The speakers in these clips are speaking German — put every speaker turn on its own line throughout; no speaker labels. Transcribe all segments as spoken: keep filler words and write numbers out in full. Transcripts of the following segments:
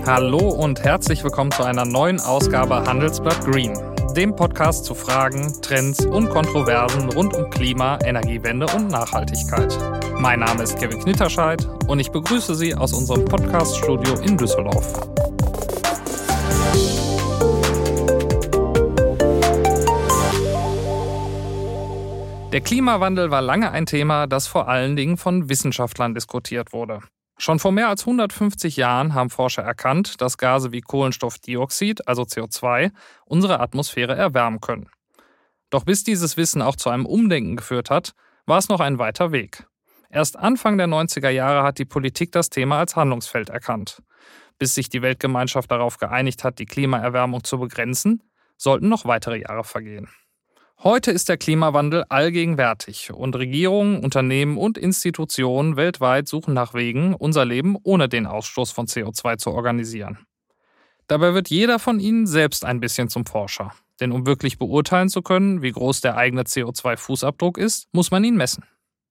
Hallo und herzlich willkommen zu einer neuen Ausgabe Handelsblatt Green, dem Podcast zu Fragen, Trends und Kontroversen rund um Klima, Energiewende und Nachhaltigkeit. Mein Name ist Kevin Knitterscheid und ich begrüße Sie aus unserem Podcast-Studio in Düsseldorf. Der Klimawandel war lange ein Thema, das vor allen Dingen von Wissenschaftlern diskutiert wurde. Schon vor mehr als hundertfünfzig Jahren haben Forscher erkannt, dass Gase wie Kohlenstoffdioxid, also C O zwei, unsere Atmosphäre erwärmen können. Doch bis dieses Wissen auch zu einem Umdenken geführt hat, war es noch ein weiter Weg. Erst Anfang der neunziger Jahre hat die Politik das Thema als Handlungsfeld erkannt. Bis sich die Weltgemeinschaft darauf geeinigt hat, die Klimaerwärmung zu begrenzen, sollten noch weitere Jahre vergehen. Heute ist der Klimawandel allgegenwärtig und Regierungen, Unternehmen und Institutionen weltweit suchen nach Wegen, unser Leben ohne den Ausstoß von C O zwei zu organisieren. Dabei wird jeder von ihnen selbst ein bisschen zum Forscher. Denn um wirklich beurteilen zu können, wie groß der eigene C O zwei Fußabdruck ist, muss man ihn messen.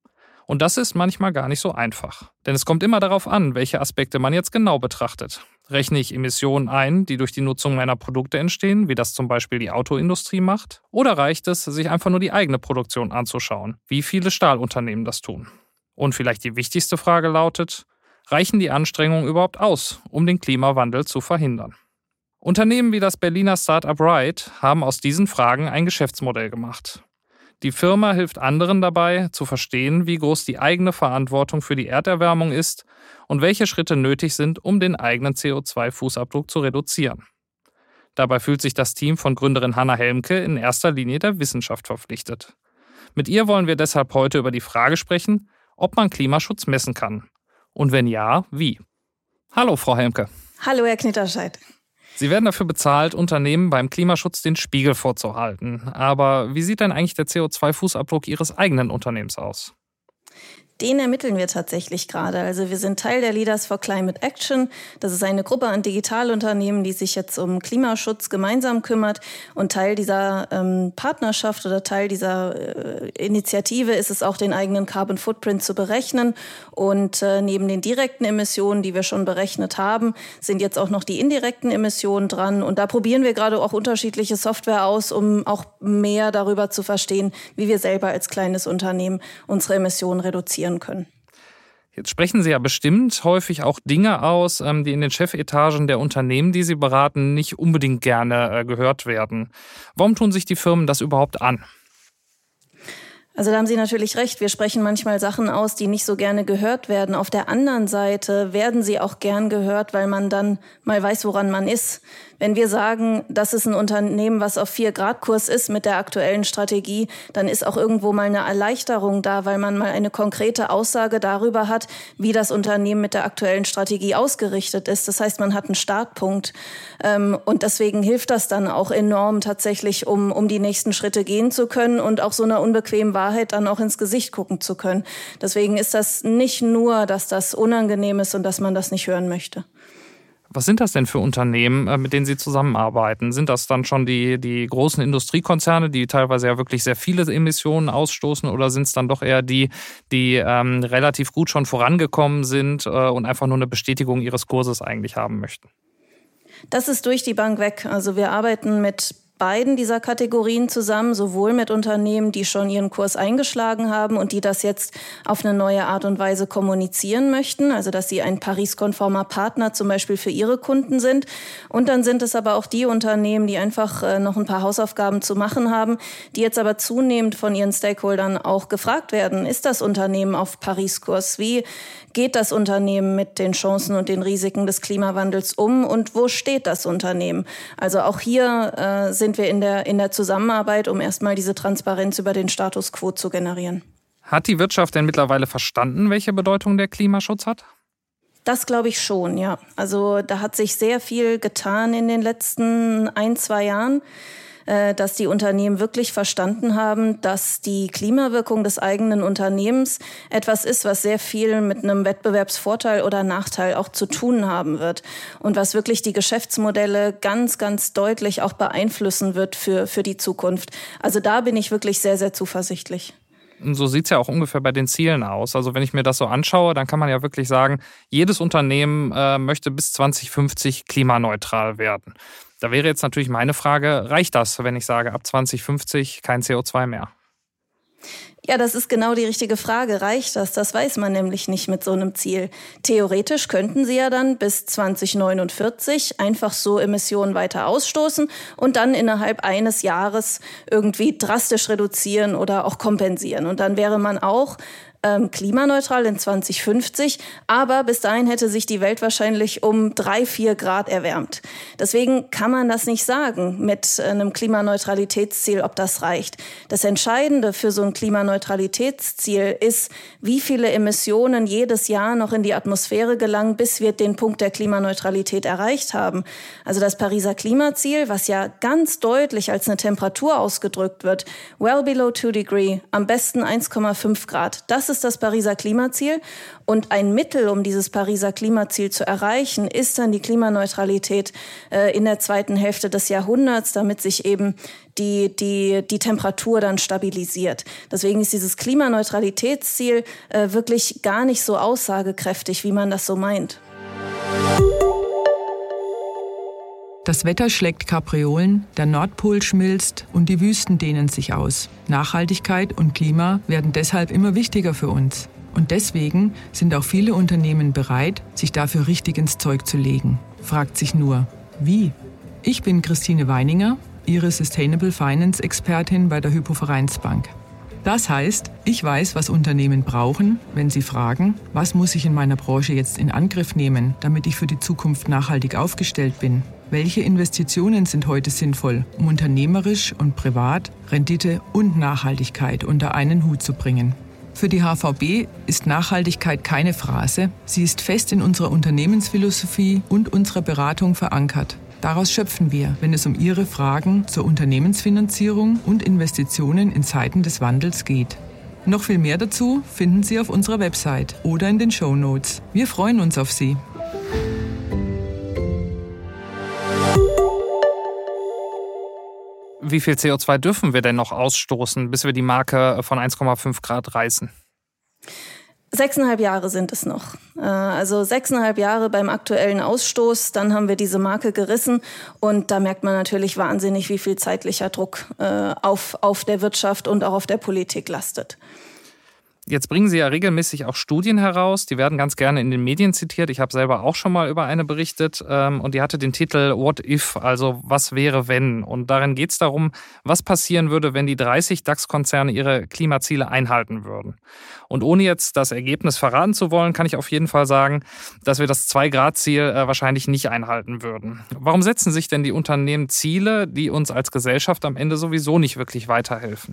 Und das ist manchmal gar nicht so einfach. Denn es kommt immer darauf an, welche Aspekte man jetzt genau betrachtet. Rechne ich Emissionen ein, die durch die Nutzung meiner Produkte entstehen, wie das zum Beispiel die Autoindustrie macht? Oder reicht es, sich einfach nur die eigene Produktion anzuschauen, wie viele Stahlunternehmen das tun? Und vielleicht die wichtigste Frage lautet, reichen die Anstrengungen überhaupt aus, um den Klimawandel zu verhindern? Unternehmen wie das Berliner Start-up Ryde haben aus diesen Fragen ein Geschäftsmodell gemacht. Die Firma hilft anderen dabei, zu verstehen, wie groß die eigene Verantwortung für die Erderwärmung ist und welche Schritte nötig sind, um den eigenen C O zwei Fußabdruck zu reduzieren. Dabei fühlt sich das Team von Gründerin Hannah Helmke in erster Linie der Wissenschaft verpflichtet. Mit ihr wollen wir deshalb heute über die Frage sprechen, ob man Klimaschutz messen kann. Und wenn ja, wie? Hallo, Frau Helmke.
Hallo, Herr Knitterscheid.
Sie werden dafür bezahlt, Unternehmen beim Klimaschutz den Spiegel vorzuhalten. Aber wie sieht denn eigentlich der C O zwei Fußabdruck Ihres eigenen Unternehmens aus?
Den ermitteln wir tatsächlich gerade. Also wir sind Teil der Leaders for Climate Action. Das ist eine Gruppe an Digitalunternehmen, die sich jetzt um Klimaschutz gemeinsam kümmert. Und Teil dieser ähm, Partnerschaft oder Teil dieser äh, Initiative ist es auch, den eigenen Carbon Footprint zu berechnen. Und äh, neben den direkten Emissionen, die wir schon berechnet haben, sind jetzt auch noch die indirekten Emissionen dran. Und da probieren wir gerade auch unterschiedliche Software aus, um auch mehr darüber zu verstehen, wie wir selber als kleines Unternehmen unsere Emissionen reduzieren können.
Jetzt sprechen Sie ja bestimmt häufig auch Dinge aus, die in den Chefetagen der Unternehmen, die Sie beraten, nicht unbedingt gerne gehört werden. Warum tun sich die Firmen das überhaupt an?
Also da haben Sie natürlich recht. Wir sprechen manchmal Sachen aus, die nicht so gerne gehört werden. Auf der anderen Seite werden sie auch gern gehört, weil man dann mal weiß, woran man ist. Wenn wir sagen, das ist ein Unternehmen, was auf vier Grad Kurs ist mit der aktuellen Strategie, dann ist auch irgendwo mal eine Erleichterung da, weil man mal eine konkrete Aussage darüber hat, wie das Unternehmen mit der aktuellen Strategie ausgerichtet ist. Das heißt, man hat einen Startpunkt. Und deswegen hilft das dann auch enorm tatsächlich, um, um die nächsten Schritte gehen zu können und auch so einer unbequemen Wahrheit dann auch ins Gesicht gucken zu können. Deswegen ist das nicht nur, dass das unangenehm ist und dass man das nicht hören möchte.
Was sind das denn für Unternehmen, mit denen Sie zusammenarbeiten? Sind das dann schon die, die großen Industriekonzerne, die teilweise ja wirklich sehr viele Emissionen ausstoßen, oder sind es dann doch eher die, die ähm, relativ gut schon vorangekommen sind äh, und einfach nur eine Bestätigung ihres Kurses eigentlich haben möchten?
Das ist durch die Bank weg. Also wir arbeiten mit beiden dieser Kategorien zusammen, sowohl mit Unternehmen, die schon ihren Kurs eingeschlagen haben und die das jetzt auf eine neue Art und Weise kommunizieren möchten, also dass sie ein Paris-konformer Partner zum Beispiel für ihre Kunden sind. Und dann sind es aber auch die Unternehmen, die einfach äh, noch ein paar Hausaufgaben zu machen haben, die jetzt aber zunehmend von ihren Stakeholdern auch gefragt werden, ist das Unternehmen auf Paris-Kurs? Wie geht das Unternehmen mit den Chancen und den Risiken des Klimawandels um und wo steht das Unternehmen? Also auch hier äh, sind wir in der, in der Zusammenarbeit, um erstmal diese Transparenz über den Status quo zu generieren.
Hat die Wirtschaft denn mittlerweile verstanden, welche Bedeutung der Klimaschutz hat?
Das glaube ich schon, ja. Also da hat sich sehr viel getan in den letzten ein, zwei Jahren, dass die Unternehmen wirklich verstanden haben, dass die Klimawirkung des eigenen Unternehmens etwas ist, was sehr viel mit einem Wettbewerbsvorteil oder Nachteil auch zu tun haben wird und was wirklich die Geschäftsmodelle ganz, ganz deutlich auch beeinflussen wird für, für die Zukunft. Also da bin ich wirklich sehr, sehr zuversichtlich.
So sieht es ja auch ungefähr bei den Zielen aus. Also wenn ich mir das so anschaue, dann kann man ja wirklich sagen, jedes Unternehmen äh, möchte bis zwanzig fünfzig klimaneutral werden. Da wäre jetzt natürlich meine Frage, reicht das, wenn ich sage, ab zwanzig fünfzig kein C O zwei mehr?
Ja, das ist genau die richtige Frage. Reicht das? Das weiß man nämlich nicht mit so einem Ziel. Theoretisch könnten sie ja dann bis zwanzig neunundvierzig einfach so Emissionen weiter ausstoßen und dann innerhalb eines Jahres irgendwie drastisch reduzieren oder auch kompensieren. Und dann wäre man auch ähm, klimaneutral in zwanzig fünfzig, aber bis dahin hätte sich die Welt wahrscheinlich um drei, vier Grad erwärmt. Deswegen kann man das nicht sagen mit einem Klimaneutralitätsziel, ob das reicht. Das Entscheidende für so ein Klimaneutralitätsziel ist, wie viele Emissionen jedes Jahr noch in die Atmosphäre gelangen, bis wir den Punkt der Klimaneutralität erreicht haben. Also das Pariser Klimaziel, was ja ganz deutlich als eine Temperatur ausgedrückt wird, well below two degree, am besten eins Komma fünf Grad. Das ist das Pariser Klimaziel. Und ein Mittel, um dieses Pariser Klimaziel zu erreichen, ist dann die Klimaneutralität äh, in der zweiten Hälfte des Jahrhunderts, damit sich eben die, die, die Temperatur dann stabilisiert. Deswegen ist dieses Klimaneutralitätsziel äh, wirklich gar nicht so aussagekräftig, wie man das so meint.
Das Wetter schlägt Kapriolen, der Nordpol schmilzt und die Wüsten dehnen sich aus. Nachhaltigkeit und Klima werden deshalb immer wichtiger für uns. Und deswegen sind auch viele Unternehmen bereit, sich dafür richtig ins Zeug zu legen. Fragt sich nur, wie? Ich bin Christine Weininger, Ihre Sustainable Finance Expertin bei der Hypo Vereinsbank. Das heißt, ich weiß, was Unternehmen brauchen, wenn sie fragen, was muss ich in meiner Branche jetzt in Angriff nehmen, damit ich für die Zukunft nachhaltig aufgestellt bin? Welche Investitionen sind heute sinnvoll, um unternehmerisch und privat Rendite und Nachhaltigkeit unter einen Hut zu bringen? Für die H V B ist Nachhaltigkeit keine Phrase. Sie ist fest in unserer Unternehmensphilosophie und unserer Beratung verankert. Daraus schöpfen wir, wenn es um Ihre Fragen zur Unternehmensfinanzierung und Investitionen in Zeiten des Wandels geht. Noch viel mehr dazu finden Sie auf unserer Website oder in den Shownotes. Wir freuen uns auf Sie.
Wie viel C O zwei dürfen wir denn noch ausstoßen, bis wir die Marke von eins Komma fünf Grad reißen?
Sechseinhalb Jahre sind es noch. Also sechseinhalb Jahre beim aktuellen Ausstoß, dann haben wir diese Marke gerissen und da merkt man natürlich wahnsinnig, wie viel zeitlicher Druck auf, auf der Wirtschaft und auch auf der Politik lastet.
Jetzt bringen Sie ja regelmäßig auch Studien heraus, die werden ganz gerne in den Medien zitiert. Ich habe selber auch schon mal über eine berichtet und die hatte den Titel What If, also was wäre wenn? Und darin geht es darum, was passieren würde, wenn die dreißig DAX-Konzerne ihre Klimaziele einhalten würden. Und ohne jetzt das Ergebnis verraten zu wollen, kann ich auf jeden Fall sagen, dass wir das zwei Grad Ziel wahrscheinlich nicht einhalten würden. Warum setzen sich denn die Unternehmen Ziele, die uns als Gesellschaft am Ende sowieso nicht wirklich weiterhelfen?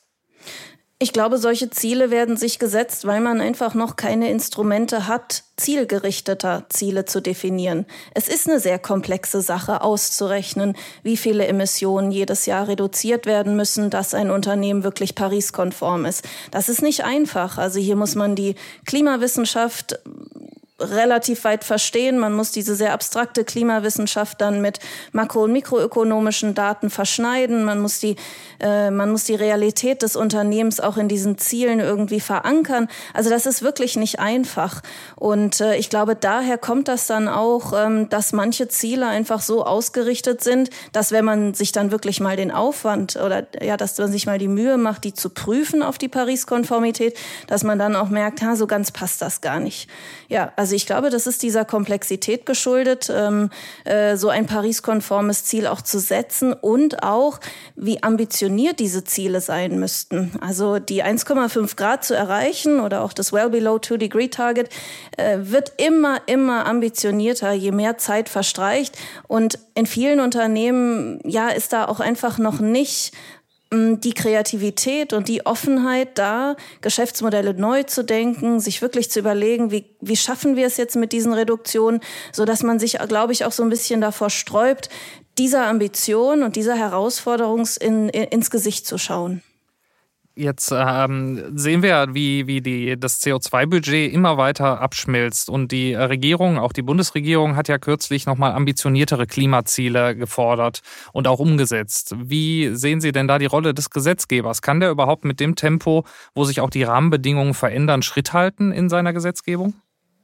Ich glaube, solche Ziele werden sich gesetzt, weil man einfach noch keine Instrumente hat, zielgerichteter Ziele zu definieren. Es ist eine sehr komplexe Sache auszurechnen, wie viele Emissionen jedes Jahr reduziert werden müssen, dass ein Unternehmen wirklich Paris-konform ist. Das ist nicht einfach. Also hier muss man die Klimawissenschaft relativ weit verstehen. Man muss diese sehr abstrakte Klimawissenschaft dann mit makro- und mikroökonomischen Daten verschneiden. Man muss die, äh, man muss die Realität des Unternehmens auch in diesen Zielen irgendwie verankern. Also das ist wirklich nicht einfach. Und äh, ich glaube, daher kommt das dann auch, ähm, dass manche Ziele einfach so ausgerichtet sind, dass wenn man sich dann wirklich mal den Aufwand oder ja, dass man sich mal die Mühe macht, die zu prüfen auf die Paris-Konformität, dass man dann auch merkt, ha, so ganz passt das gar nicht. Ja, also ich glaube, das ist dieser Komplexität geschuldet, ähm, äh, so ein Paris-konformes Ziel auch zu setzen und auch, wie ambitioniert diese Ziele sein müssten. Also die eins Komma fünf Grad zu erreichen oder auch das well below two degree Target äh, wird immer, immer ambitionierter, je mehr Zeit verstreicht. Und in vielen Unternehmen, ja, ist da auch einfach noch nicht die Kreativität und die Offenheit da, Geschäftsmodelle neu zu denken, sich wirklich zu überlegen, wie, wie schaffen wir es jetzt mit diesen Reduktionen, so dass man sich, glaube ich, auch so ein bisschen davor sträubt, dieser Ambition und dieser Herausforderung in, in, ins Gesicht zu schauen.
Jetzt ähm, sehen wir, wie, wie die, das C O zwei Budget immer weiter abschmilzt. Und die Regierung, auch die Bundesregierung, hat ja kürzlich nochmal ambitioniertere Klimaziele gefordert und auch umgesetzt. Wie sehen Sie denn da die Rolle des Gesetzgebers? Kann der überhaupt mit dem Tempo, wo sich auch die Rahmenbedingungen verändern, Schritt halten in seiner Gesetzgebung?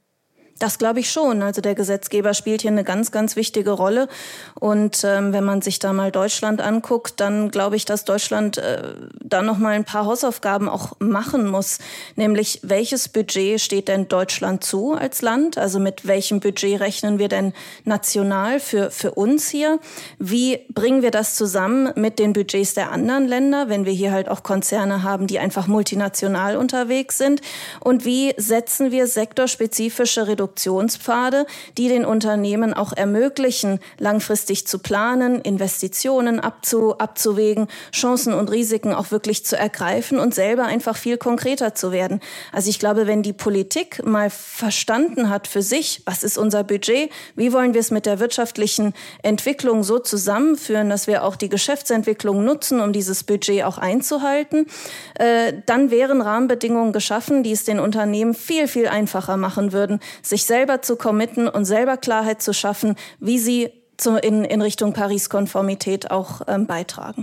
Das glaube ich schon. Also der Gesetzgeber spielt hier eine ganz, ganz wichtige Rolle. Und ähm, wenn man sich da mal Deutschland anguckt, dann glaube ich, dass Deutschland äh, da noch mal ein paar Hausaufgaben auch machen muss. Nämlich, welches Budget steht denn Deutschland zu als Land? Also mit welchem Budget rechnen wir denn national für, für uns hier? Wie bringen wir das zusammen mit den Budgets der anderen Länder, wenn wir hier halt auch Konzerne haben, die einfach multinational unterwegs sind? Und wie setzen wir sektorspezifische Reduktionen Reduktionspfade, die den Unternehmen auch ermöglichen, langfristig zu planen, Investitionen abzu, abzuwägen, Chancen und Risiken auch wirklich zu ergreifen und selber einfach viel konkreter zu werden. Also ich glaube, wenn die Politik mal verstanden hat für sich, was ist unser Budget, wie wollen wir es mit der wirtschaftlichen Entwicklung so zusammenführen, dass wir auch die Geschäftsentwicklung nutzen, um dieses Budget auch einzuhalten, äh, dann wären Rahmenbedingungen geschaffen, die es den Unternehmen viel, viel einfacher machen würden, sich selber zu committen und selber Klarheit zu schaffen, wie sie zu, in, in Richtung Paris-Konformität auch ähm, beitragen.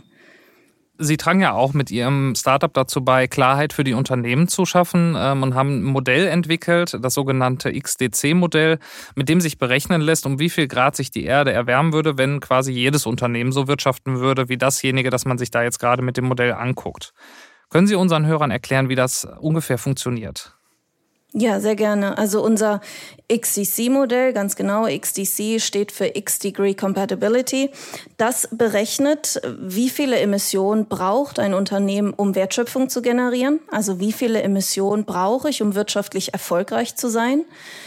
Sie tragen ja auch mit Ihrem Startup dazu bei, Klarheit für die Unternehmen zu schaffen ähm, und haben ein Modell entwickelt, das sogenannte X D C-Modell, mit dem sich berechnen lässt, um wie viel Grad sich die Erde erwärmen würde, wenn quasi jedes Unternehmen so wirtschaften würde wie dasjenige, das man sich da jetzt gerade mit dem Modell anguckt. Können Sie unseren Hörern erklären, wie das ungefähr funktioniert?
Ja, sehr gerne. Also unser X D C-Modell, ganz genau, X D C steht für X-Degree Compatibility. Das berechnet, wie viele Emissionen braucht ein Unternehmen, um Wertschöpfung zu generieren. Also wie viele Emissionen brauche ich, um wirtschaftlich erfolgreich zu sein.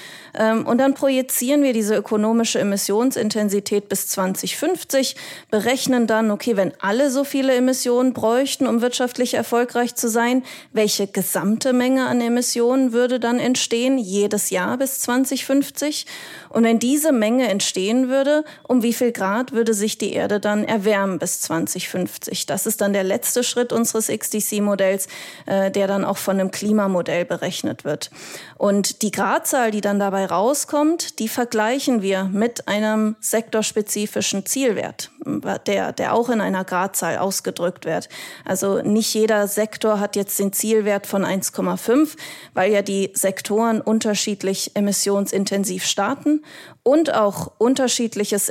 Und dann projizieren wir diese ökonomische Emissionsintensität bis zwanzig fünfzig, berechnen dann, okay, wenn alle so viele Emissionen bräuchten, um wirtschaftlich erfolgreich zu sein, welche gesamte Menge an Emissionen würde dann entstehen, jedes Jahr bis zwanzig fünfzig? Und wenn diese Menge entstehen würde, um wie viel Grad würde sich die Erde dann erwärmen bis zwanzig fünfzig? Das ist dann der letzte Schritt unseres X D C-Modells, äh, der dann auch von einem Klimamodell berechnet wird. Und die Gradzahl, die dann dabei rauskommt, die vergleichen wir mit einem sektorspezifischen Zielwert, der, der auch in einer Gradzahl ausgedrückt wird. Also nicht jeder Sektor hat jetzt den Zielwert von eins Komma fünf, weil ja die Sektoren unterschiedlich emissionsintensiv starten und auch unterschiedliches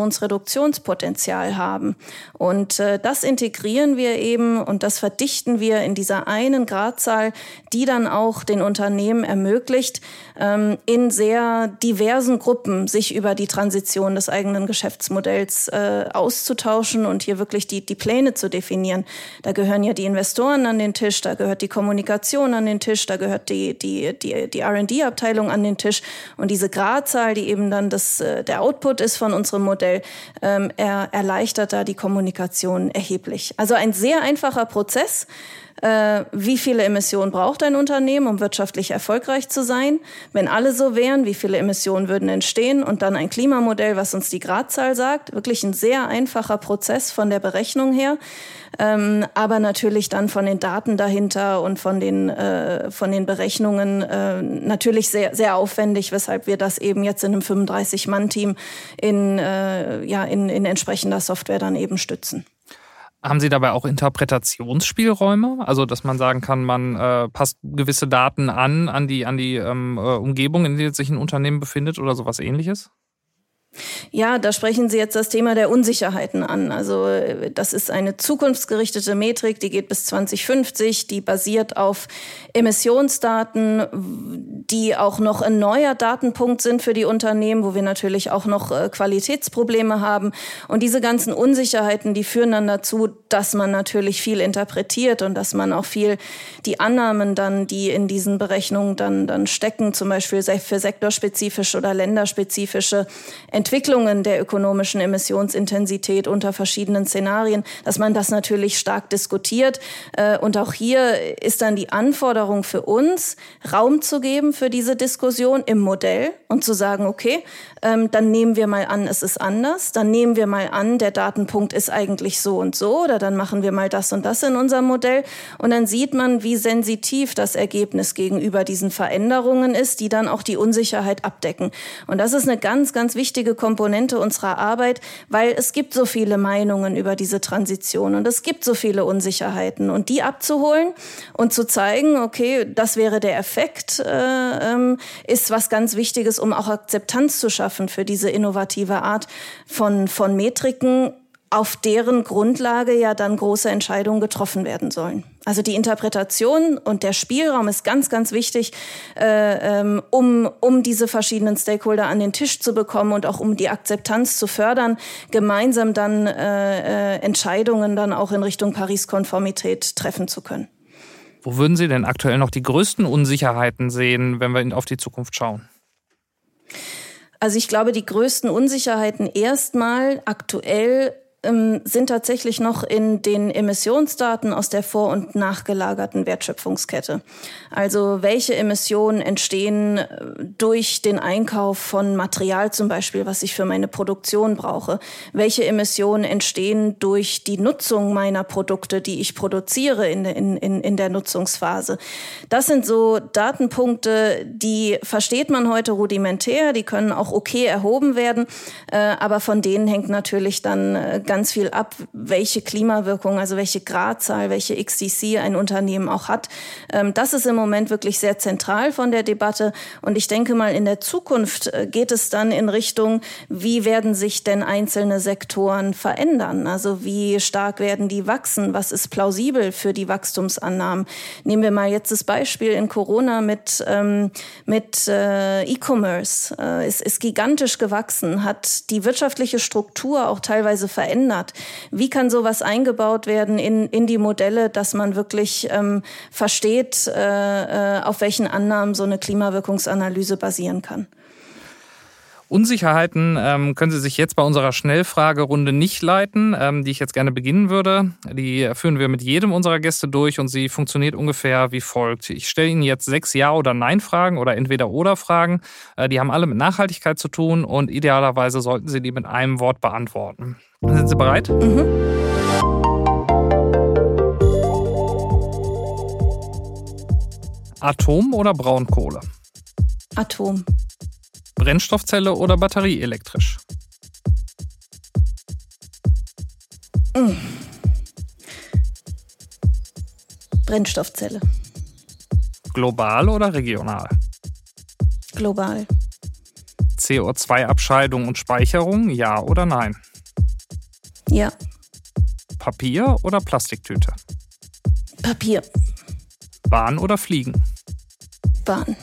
Emissionsreduktionspotenzial haben. Und äh, das integrieren wir eben und das verdichten wir in dieser einen Gradzahl, die dann auch den Unternehmen ermöglicht, ähm, in sehr diversen Gruppen sich über die Transition des eigenen Geschäftsmodells äh, auszutauschen und hier wirklich die, die Pläne zu definieren. Da gehören ja die Investoren an den Tisch, da gehört die Kommunikation an den Tisch, da gehört die, die, die, die R und D-Abteilung an den Tisch. Und diese Gradzahl, die eben dann das, der Output ist von unserem Modell, ähm, er, erleichtert da die Kommunikation erheblich. Also ein sehr einfacher Prozess. Äh, wie viele Emissionen braucht ein Unternehmen, um wirtschaftlich erfolgreich zu sein? Wenn alle so wären, wie viele Emissionen würden entstehen? Und dann ein Klimamodell, was uns die Gradzahl sagt. Wirklich ein sehr einfacher Prozess von der Berechnung her. Ähm, aber natürlich dann von den Daten dahinter und von den, äh, von den Berechnungen äh, natürlich sehr, sehr aufwendig, weshalb wir das eben jetzt in einem fünfunddreißig-Mann-Team in, äh, ja, in, in entsprechender Software dann eben stützen.
Haben Sie dabei auch Interpretationsspielräume? Also, dass man sagen kann, man äh, passt gewisse Daten an, an die, an die ähm, Umgebung, in der sich ein Unternehmen befindet oder sowas Ähnliches?
Ja, da sprechen Sie jetzt das Thema der Unsicherheiten an. Also das ist eine zukunftsgerichtete Metrik, die geht bis zwanzig fünfzig, die basiert auf Emissionsdaten, die auch noch ein neuer Datenpunkt sind für die Unternehmen, wo wir natürlich auch noch Qualitätsprobleme haben. Und diese ganzen Unsicherheiten, die führen dann dazu, dass man natürlich viel interpretiert und dass man auch viel die Annahmen dann, die in diesen Berechnungen dann, dann stecken, zum Beispiel für sektorspezifische oder länderspezifische Entwicklungen Entwicklungen der ökonomischen Emissionsintensität unter verschiedenen Szenarien, dass man das natürlich stark diskutiert. Und auch hier ist dann die Anforderung für uns, Raum zu geben für diese Diskussion im Modell und zu sagen, okay, dann nehmen wir mal an, es ist anders. Dann nehmen wir mal an, der Datenpunkt ist eigentlich so und so, oder dann machen wir mal das und das in unserem Modell. Und dann sieht man, wie sensitiv das Ergebnis gegenüber diesen Veränderungen ist, die dann auch die Unsicherheit abdecken. Und das ist eine ganz, ganz wichtige Komponente unserer Arbeit, weil es gibt so viele Meinungen über diese Transition und es gibt so viele Unsicherheiten. Und die abzuholen und zu zeigen, okay, das wäre der Effekt, äh, ähm, ist was ganz Wichtiges, um auch Akzeptanz zu schaffen für diese innovative Art von, von Metriken, auf deren Grundlage ja dann große Entscheidungen getroffen werden sollen. Also die Interpretation und der Spielraum ist ganz, ganz wichtig, äh, ähm, um, um diese verschiedenen Stakeholder an den Tisch zu bekommen und auch um die Akzeptanz zu fördern, gemeinsam dann äh, äh, Entscheidungen dann auch in Richtung Paris-Konformität treffen zu können.
Wo würden Sie denn aktuell noch die größten Unsicherheiten sehen, wenn wir auf die Zukunft schauen?
Also ich glaube, die größten Unsicherheiten erstmal aktuell sind tatsächlich noch in den Emissionsdaten aus der vor- und nachgelagerten Wertschöpfungskette. Also welche Emissionen entstehen durch den Einkauf von Material zum Beispiel, was ich für meine Produktion brauche? Welche Emissionen entstehen durch die Nutzung meiner Produkte, die ich produziere in, in, in der Nutzungsphase? Das sind so Datenpunkte, die versteht man heute rudimentär, die können auch okay erhoben werden, aber von denen hängt natürlich dann ganz viel ab, welche Klimawirkung, also welche Gradzahl, welche X D C ein Unternehmen auch hat. Das ist im Moment wirklich sehr zentral von der Debatte. Und ich denke mal, in der Zukunft geht es dann in Richtung, wie werden sich denn einzelne Sektoren verändern? Also wie stark werden die wachsen? Was ist plausibel für die Wachstumsannahmen? Nehmen wir mal jetzt das Beispiel in Corona mit, ähm, mit äh, E-Commerce. Äh, es ist gigantisch gewachsen, hat die wirtschaftliche Struktur auch teilweise verändert. Wie kann sowas eingebaut werden in, in die Modelle, dass man wirklich ähm, versteht, äh, auf welchen Annahmen so eine Klimawirkungsanalyse basieren kann?
Unsicherheiten ähm, können Sie sich jetzt bei unserer Schnellfragerunde nicht leiten, ähm, die ich jetzt gerne beginnen würde. Die führen wir mit jedem unserer Gäste durch und sie funktioniert ungefähr wie folgt. Ich stelle Ihnen jetzt sechs Ja- oder Nein-Fragen oder Entweder-Oder-Fragen. Äh, die haben alle mit Nachhaltigkeit zu tun und idealerweise sollten Sie die mit einem Wort beantworten. Sind Sie bereit?
Mhm.
Atom oder Braunkohle?
Atom.
Brennstoffzelle oder batterieelektrisch?
Mhm. Brennstoffzelle.
Global oder regional?
Global.
C O zwei Abscheidung und Speicherung, ja oder nein?
Ja.
Papier oder Plastiktüte?
Papier.
Bahn oder Fliegen?
Bahn.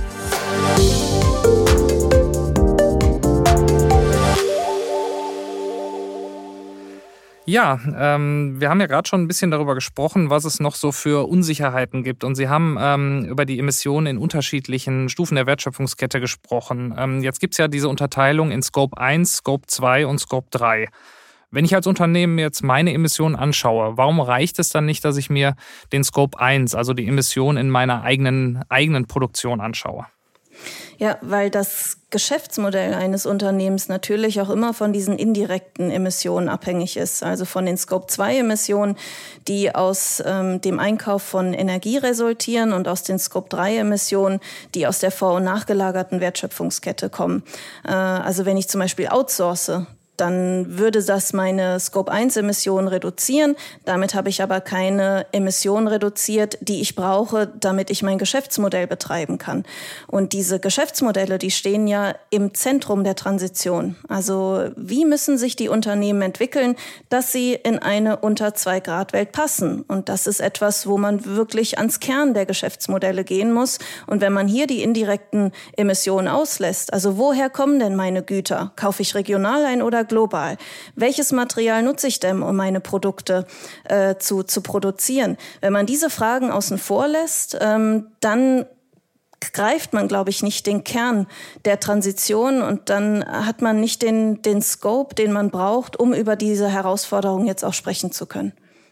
Ja, ähm, wir haben ja gerade schon ein bisschen darüber gesprochen, was es noch so für Unsicherheiten gibt. Und Sie haben ähm, über die Emissionen in unterschiedlichen Stufen der Wertschöpfungskette gesprochen. Ähm, jetzt gibt es ja diese Unterteilung in Scope eins, Scope zwei und Scope drei. Wenn ich als Unternehmen jetzt meine Emissionen anschaue, warum reicht es dann nicht, dass ich mir den Scope eins, also die Emissionen in meiner eigenen, eigenen Produktion anschaue?
Ja, weil das Geschäftsmodell eines Unternehmens natürlich auch immer von diesen indirekten Emissionen abhängig ist. Also von den Scope zwei Emissionen, die aus ähm, dem Einkauf von Energie resultieren und aus den Scope drei Emissionen, die aus der vor- und nachgelagerten Wertschöpfungskette kommen. Äh, also wenn ich zum Beispiel outsource, dann würde das meine Scope eins Emissionen reduzieren. Damit habe ich aber keine Emissionen reduziert, die ich brauche, damit ich mein Geschäftsmodell betreiben kann. Und diese Geschäftsmodelle, die stehen ja im Zentrum der Transition. Also wie müssen sich die Unternehmen entwickeln, dass sie in eine unter zwei Grad Welt passen? Und das ist etwas, wo man wirklich ans Kern der Geschäftsmodelle gehen muss. Und wenn man hier die indirekten Emissionen auslässt, also woher kommen denn meine Güter? Kaufe ich regional ein oder global? Welches Material nutze ich denn, um meine Produkte äh, zu, zu produzieren? Wenn man diese Fragen außen vor lässt, ähm, dann greift man, glaube ich, nicht den Kern der Transition und dann hat man nicht den, den Scope, den man braucht, um über diese Herausforderung jetzt auch sprechen zu können.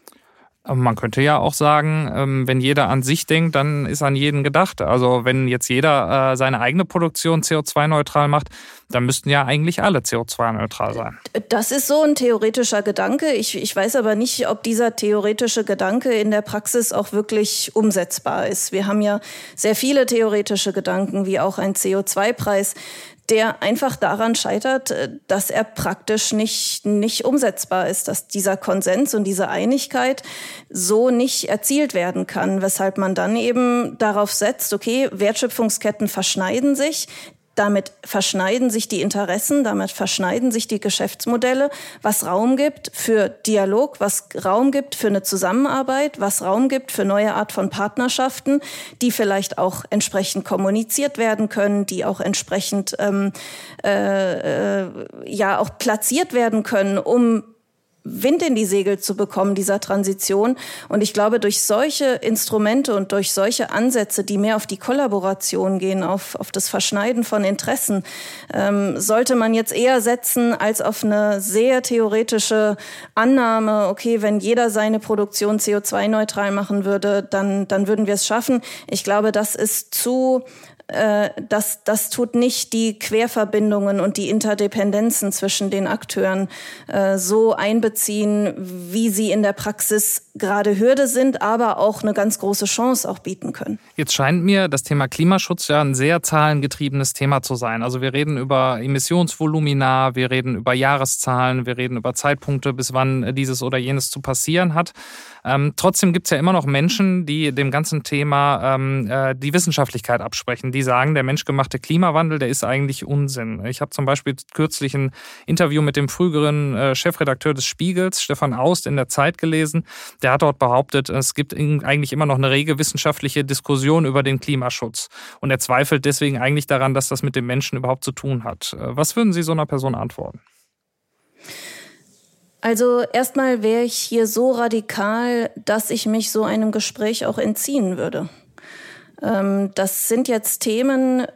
Man könnte ja auch sagen, wenn jeder an sich denkt, dann ist an jeden gedacht. Also wenn jetzt jeder seine eigene Produktion C O zwei neutral macht, dann müssten ja eigentlich alle C O zwei neutral sein.
Das ist so ein theoretischer Gedanke. Ich, ich weiß aber nicht, ob dieser theoretische Gedanke in der Praxis auch wirklich umsetzbar ist. Wir haben ja sehr viele theoretische Gedanken, wie auch ein C O zwei Preis, der einfach daran scheitert, dass er praktisch nicht, nicht umsetzbar ist, dass dieser Konsens und diese Einigkeit so nicht erzielt werden kann, weshalb man dann eben darauf setzt, okay, Wertschöpfungsketten verschneiden sich, damit verschneiden sich die Interessen, damit verschneiden sich die Geschäftsmodelle, was Raum gibt für Dialog, was Raum gibt für eine Zusammenarbeit, was Raum gibt für neue Art von Partnerschaften, die vielleicht auch entsprechend kommuniziert werden können, die auch entsprechend ähm, äh, äh, ja auch platziert werden können, um Wind in die Segel zu bekommen, dieser Transition. Und ich glaube, durch solche Instrumente und durch solche Ansätze, die mehr auf die Kollaboration gehen, auf, auf das Verschneiden von Interessen, ähm, sollte man jetzt eher setzen als auf eine sehr theoretische Annahme, okay, wenn jeder seine Produktion C O zwei neutral machen würde, dann, dann würden wir es schaffen. Ich glaube, das ist zu... Das, das tut nicht die Querverbindungen und die Interdependenzen zwischen den Akteuren äh, so einbeziehen, wie sie in der Praxis gerade Hürde sind, aber auch eine ganz große Chance auch bieten können.
Jetzt scheint mir das Thema Klimaschutz ja ein sehr zahlengetriebenes Thema zu sein. Also wir reden über Emissionsvolumina, wir reden über Jahreszahlen, wir reden über Zeitpunkte, bis wann dieses oder jenes zu passieren hat. Ähm, trotzdem gibt es ja immer noch Menschen, die dem ganzen Thema ähm, äh, die Wissenschaftlichkeit absprechen. Die sagen, der menschgemachte Klimawandel, der ist eigentlich Unsinn. Ich habe zum Beispiel kürzlich ein Interview mit dem früheren äh, Chefredakteur des Spiegels, Stefan Aust, in der Zeit gelesen. Der hat dort behauptet, es gibt eigentlich immer noch eine rege wissenschaftliche Diskussion über den Klimaschutz. Und er zweifelt deswegen eigentlich daran, dass das mit dem Menschen überhaupt zu tun hat. Was würden Sie so einer Person antworten?
Also erstmal wäre ich hier so radikal, dass ich mich so einem Gespräch auch entziehen würde. Das sind jetzt Themen,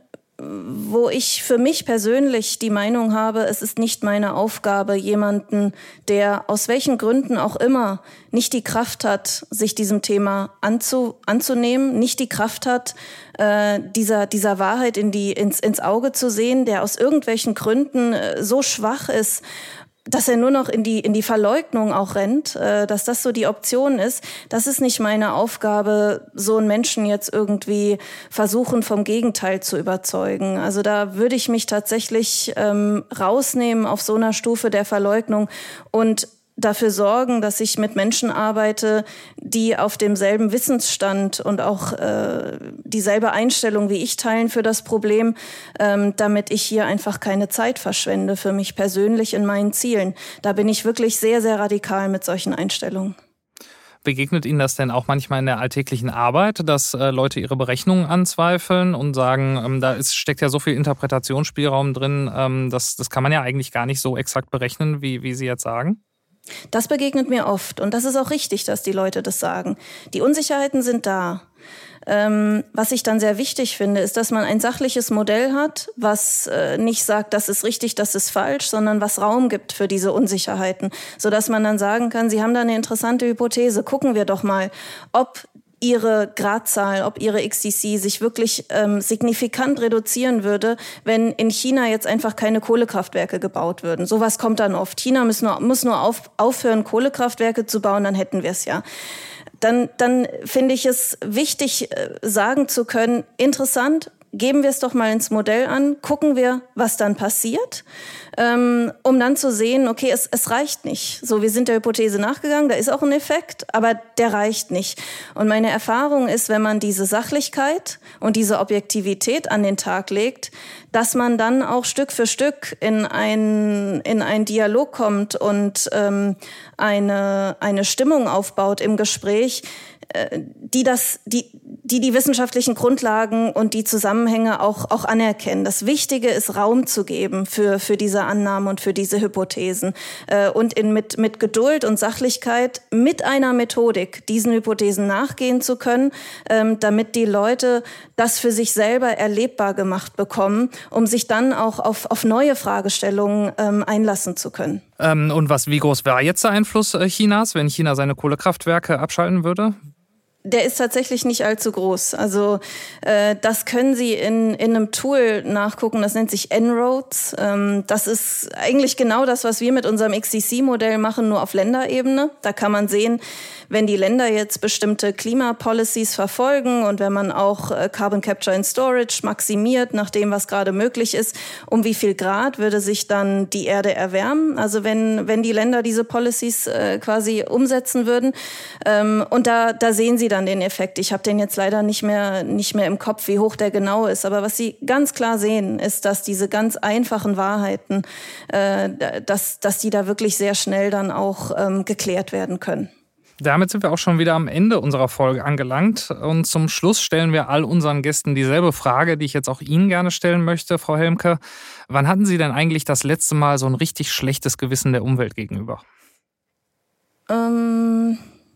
wo ich für mich persönlich die Meinung habe, es ist nicht meine Aufgabe, jemanden, der aus welchen Gründen auch immer nicht die Kraft hat, sich diesem Thema anzu, anzunehmen, nicht die Kraft hat, äh, dieser, dieser Wahrheit in die, ins, ins Auge zu sehen, der aus irgendwelchen Gründen äh, so schwach ist, dass er nur noch in die, in die Verleugnung auch rennt, äh, dass das so die Option ist. Das ist nicht meine Aufgabe, so einen Menschen jetzt irgendwie versuchen, vom Gegenteil zu überzeugen. Also da würde ich mich tatsächlich ähm, rausnehmen auf so einer Stufe der Verleugnung und dafür sorgen, dass ich mit Menschen arbeite, die auf demselben Wissensstand und auch äh, dieselbe Einstellung wie ich teilen für das Problem, ähm, damit ich hier einfach keine Zeit verschwende für mich persönlich in meinen Zielen. Da bin ich wirklich sehr, sehr radikal mit solchen Einstellungen.
Begegnet Ihnen das denn auch manchmal in der alltäglichen Arbeit, dass äh, Leute ihre Berechnungen anzweifeln und sagen, ähm, da ist, steckt ja so viel Interpretationsspielraum drin, ähm, das, das kann man ja eigentlich gar nicht so exakt berechnen, wie, wie Sie jetzt sagen?
Das begegnet mir oft und das ist auch richtig, dass die Leute das sagen. Die Unsicherheiten sind da. Ähm, was ich dann sehr wichtig finde, ist, dass man ein sachliches Modell hat, was äh, nicht sagt, das ist richtig, das ist falsch, sondern was Raum gibt für diese Unsicherheiten, sodass man dann sagen kann, Sie haben da eine interessante Hypothese, gucken wir doch mal, ob Ihre Gradzahl, ob Ihre X D C sich wirklich ähm, signifikant reduzieren würde, wenn in China jetzt einfach keine Kohlekraftwerke gebaut würden. Sowas kommt dann oft. China muss nur, muss nur auf, aufhören, Kohlekraftwerke zu bauen, dann hätten wir es ja. Dann, dann finde ich es wichtig, äh, sagen zu können, interessant, geben wir es doch mal ins Modell an, gucken wir, was dann passiert, ähm, um dann zu sehen, okay, es, es reicht nicht. So, wir sind der Hypothese nachgegangen, da ist auch ein Effekt, aber der reicht nicht. Und meine Erfahrung ist, wenn man diese Sachlichkeit und diese Objektivität an den Tag legt, dass man dann auch Stück für Stück in ein in einen Dialog kommt und ähm, eine eine Stimmung aufbaut im Gespräch, die das, die, die die wissenschaftlichen Grundlagen und die Zusammenhänge auch, auch anerkennen. Das Wichtige ist, Raum zu geben für, für diese Annahmen und für diese Hypothesen. Äh, und in, mit, mit Geduld und Sachlichkeit mit einer Methodik diesen Hypothesen nachgehen zu können, ähm, damit die Leute das für sich selber erlebbar gemacht bekommen, um sich dann auch auf, auf neue Fragestellungen ähm, einlassen zu können.
Ähm, und was, wie groß wäre jetzt der Einfluss Chinas, wenn China seine Kohlekraftwerke abschalten würde?
Der ist tatsächlich nicht allzu groß. Also äh, das können Sie in, in einem Tool nachgucken, das nennt sich En-ROADS. Ähm, das ist eigentlich genau das, was wir mit unserem X C C-Modell machen, nur auf Länderebene. Da kann man sehen, wenn die Länder jetzt bestimmte Klimapolicies verfolgen und wenn man auch äh, Carbon Capture and Storage maximiert, nach dem, was gerade möglich ist, um wie viel Grad würde sich dann die Erde erwärmen? Also wenn, wenn die Länder diese Policies äh, quasi umsetzen würden. Ähm, und da, da sehen Sie dann den Effekt. Ich habe den jetzt leider nicht mehr, nicht mehr im Kopf, wie hoch der genau ist. Aber was Sie ganz klar sehen, ist, dass diese ganz einfachen Wahrheiten, äh, dass, dass die da wirklich sehr schnell dann auch ähm, geklärt werden können.
Damit sind wir auch schon wieder am Ende unserer Folge angelangt. Und zum Schluss stellen wir all unseren Gästen dieselbe Frage, die ich jetzt auch Ihnen gerne stellen möchte, Frau Helmke. Wann hatten Sie denn eigentlich das letzte Mal so ein richtig schlechtes Gewissen der Umwelt gegenüber?
Ähm,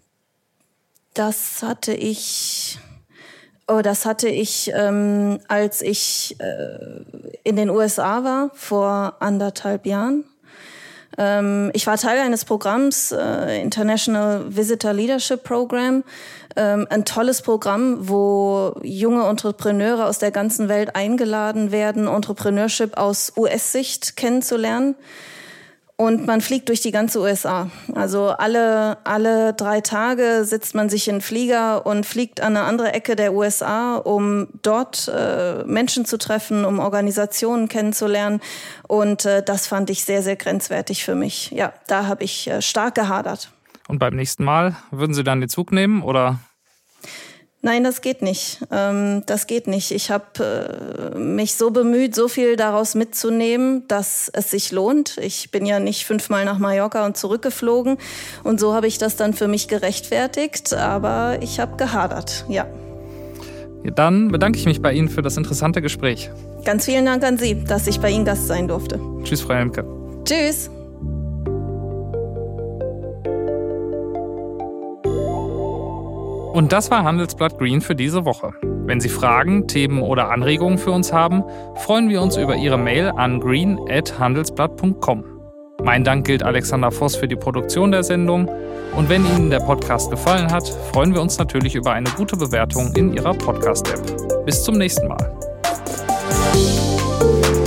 das hatte ich... Oh, das hatte ich, ähm, als ich äh, in den U S A war, vor anderthalb Jahren. Ähm, ich war Teil eines Programms, äh, International Visitor Leadership Program, ähm, ein tolles Programm, wo junge Entrepreneure aus der ganzen Welt eingeladen werden, Entrepreneurship aus U S-Sicht kennenzulernen. Und man fliegt durch die ganze U S A. Also alle, alle drei Tage sitzt man sich in den Flieger und fliegt an eine andere Ecke der U S A, um dort äh, Menschen zu treffen, um Organisationen kennenzulernen. Und äh, das fand ich sehr, sehr grenzwertig für mich. Ja, da habe ich äh, stark gehadert.
Und beim nächsten Mal würden Sie dann den Zug nehmen, oder?
Nein, das geht nicht. Ähm, das geht nicht. Ich habe äh, mich so bemüht, so viel daraus mitzunehmen, dass es sich lohnt. Ich bin ja nicht fünfmal nach Mallorca und zurückgeflogen. Und so habe ich das dann für mich gerechtfertigt. Aber ich habe gehadert, ja.
Ja. Dann bedanke ich mich bei Ihnen für das interessante Gespräch.
Ganz vielen Dank an Sie, dass ich bei Ihnen Gast sein durfte.
Tschüss, Frau Helmke.
Tschüss.
Und das war Handelsblatt Green für diese Woche. Wenn Sie Fragen, Themen oder Anregungen für uns haben, freuen wir uns über Ihre Mail an green at handelsblatt punkt com. Mein Dank gilt Alexander Voss für die Produktion der Sendung. Und wenn Ihnen der Podcast gefallen hat, freuen wir uns natürlich über eine gute Bewertung in Ihrer Podcast-App. Bis zum nächsten Mal.